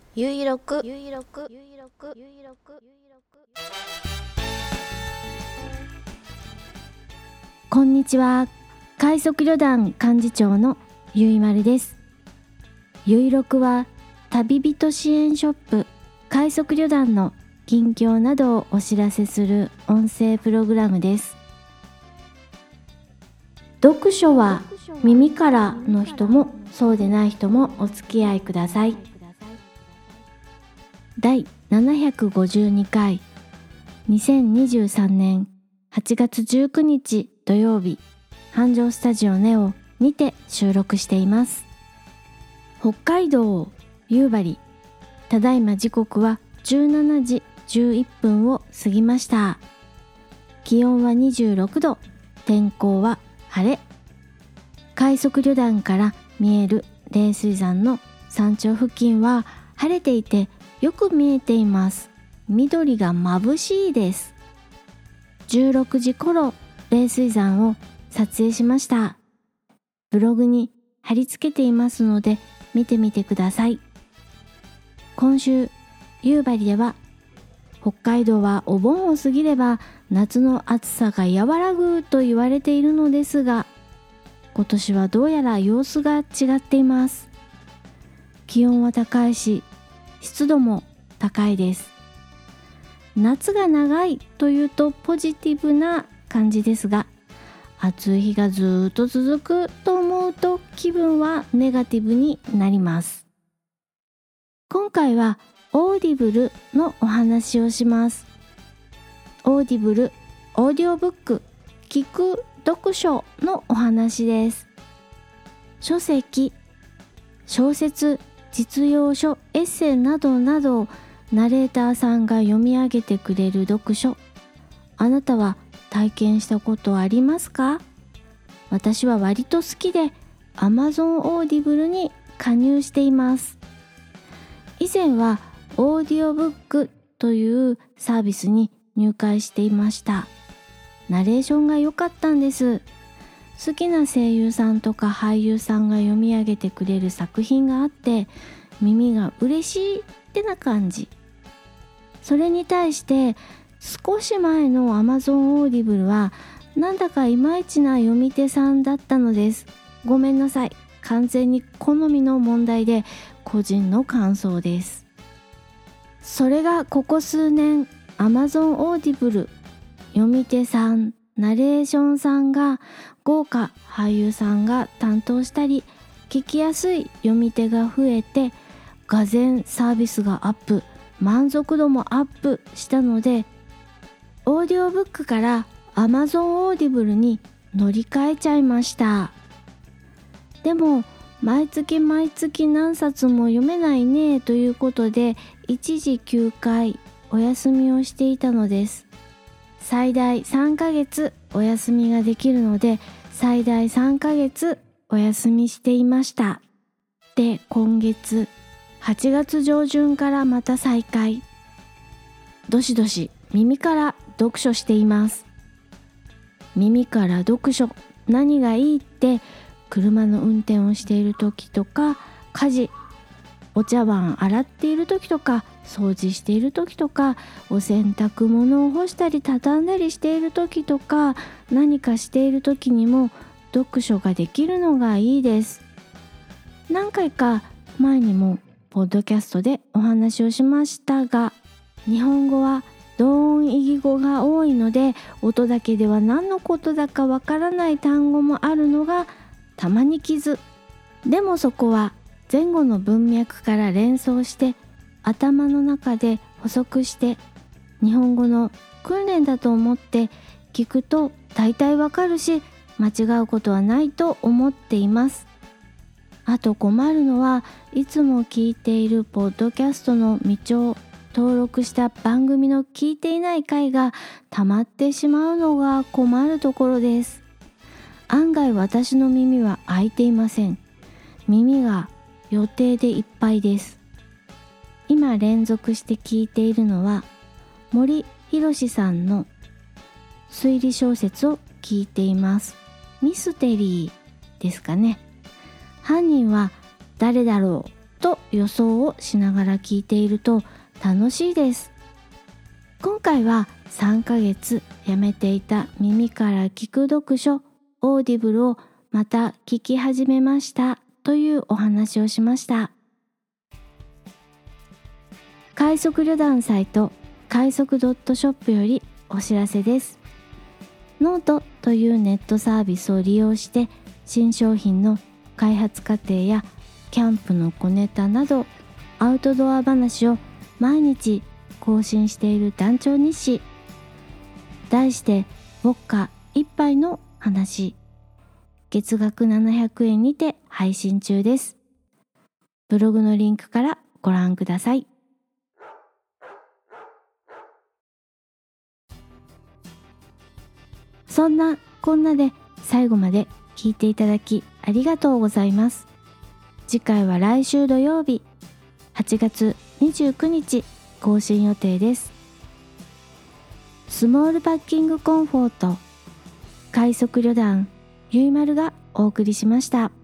ゆいろくこんにちは。快速旅団幹事長のゆいまるです。ゆいろくは旅人支援ショップ快速旅団の近況などをお知らせする音声プログラムです。読書は耳からの人もそうでない人もお付き合いください。第752回2023年8月19日土曜日、繁盛スタジオネオにて収録しています。北海道夕張、ただいま時刻は17時11分を過ぎました。気温は26度、天候は晴れ。快速旅団から見える冷水山の山頂付近は晴れていてよく見えています。緑が眩しいです。16時頃冷水山を撮影しました。ブログに貼り付けていますので見てみてください。今週夕張では北海道はお盆を過ぎれば夏の暑さが和らぐと言われているのですが、今年はどうやら様子が違っています。気温は高いし湿度も高いです。夏が長いというとポジティブな感じですが、暑い日がずっと続くと思うと気分はネガティブになります。今回はオーディブルのお話をします。オーディブル、オーディオブック、聞く読書のお話です。書籍、小説、実用書、エッセイなどなどナレーターさんが読み上げてくれる読書、あなたは体験したことありますか？私は割と好きで Amazon Audible に加入しています。以前はオーディオブックというサービスに入会していました。ナレーションが良かったんです。好きな声優さんとか俳優さんが読み上げてくれる作品があって耳が嬉しいってな感じ。それに対して少し前の Amazon Audible はなんだかいまいちな読み手さんだったのです。ごめんなさい。完全に好みの問題で個人の感想です。それがここ数年 Amazon Audible 読み手さん、ナレーションさんが豪華俳優さんが担当したり、聞きやすい読み手が増えて、がぜんサービスがアップ、満足度もアップしたので、オーディオブックから Amazon Audible に乗り換えちゃいました。でも毎月毎月何冊も読めないねということで一時休会お休みをしていたのです。最大3ヶ月お休みができるので最大3ヶ月お休みしていました。で、今月8月上旬からまた再開。どしどし耳から読書しています。耳から読書、何がいいって車の運転をしている時とか、家事、お茶碗洗っている時とか、掃除している時とか、お洗濯物を干したり畳んだりしている時とか、何かしている時にも読書ができるのがいいです。何回か前にもポッドキャストでお話をしましたが、日本語は同音異義語が多いので音だけでは何のことだかわからない単語もあるのがたまに傷。でもそこは前後の文脈から連想して頭の中で補足して日本語の訓練だと思って聞くと大体わかるし間違うことはないと思っています。あと困るのはいつも聞いているポッドキャストの未聴登録した番組の聞いていない回が溜まってしまうのが困るところです。案外私の耳は開いていません。耳が予定でいっぱいです。今連続して聞いているのは森博さんの推理小説を聞いています。ミステリーですかね。犯人は誰だろうと予想をしながら聞いていると楽しいです。今回は3ヶ月やめていた耳から聞く読書オーディブルをまた聞き始めましたというお話をしました。快速旅団サイト快速ショップよりお知らせです。ノートというネットサービスを利用して新商品の開発過程やキャンプの小ネタなどアウトドア話を毎日更新している団長日誌、題してウォッカ一杯の話、月額700円にて配信中です。ブログのリンクからご覧ください。そんなこんなで最後まで聞いていただきありがとうございます。次回は来週土曜日8月29日更新予定です。スモールパッキングコンフォート快速旅団ゆいまるがお送りしました。